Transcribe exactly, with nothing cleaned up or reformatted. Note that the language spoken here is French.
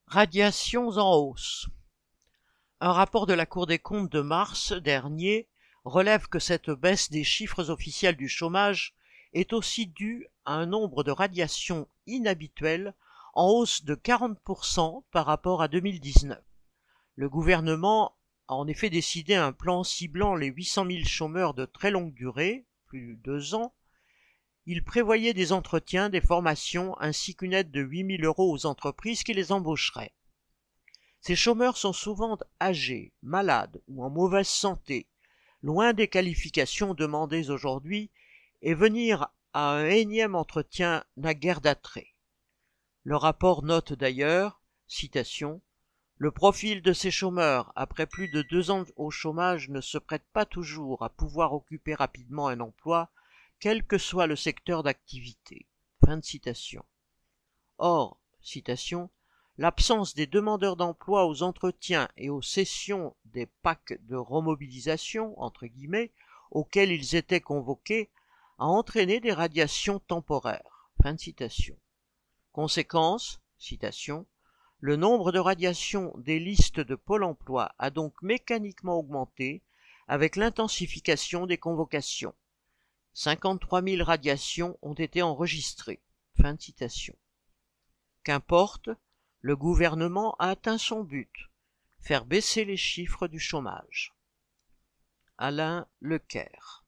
Radiations en hausse. Un rapport de la Cour des comptes de mars dernier relève que cette baisse des chiffres officiels du chômage est aussi due à un nombre de radiations inhabituelles en hausse de quarante pour cent par rapport à deux mille dix-neuf. Le gouvernement a en effet décidé un plan ciblant les huit cent mille chômeurs de très longue durée, plus de deux ans. Il prévoyait des entretiens, des formations ainsi qu'une aide de huit mille euros aux entreprises qui les embaucheraient. Ces chômeurs sont souvent âgés, malades ou en mauvaise santé, loin des qualifications demandées aujourd'hui, et venir à un énième entretien n'a guère d'attrait. Le rapport note d'ailleurs, citation, « Le profil de ces chômeurs, après plus de deux ans au chômage, ne se prête pas toujours à pouvoir occuper rapidement un emploi, quel que soit le secteur d'activité. » Fin de citation. Or, citation, l'absence des demandeurs d'emploi aux entretiens et aux sessions des packs de remobilisation, entre guillemets, auxquels ils étaient convoqués, a entraîné des radiations temporaires. Fin de citation. Conséquence, citation, le nombre de radiations des listes de Pôle emploi a donc mécaniquement augmenté avec l'intensification des convocations. cinquante-trois mille radiations ont été enregistrées. Fin de citation. Qu'importe, le gouvernement a atteint son but, faire baisser les chiffres du chômage. Alain Lecaire.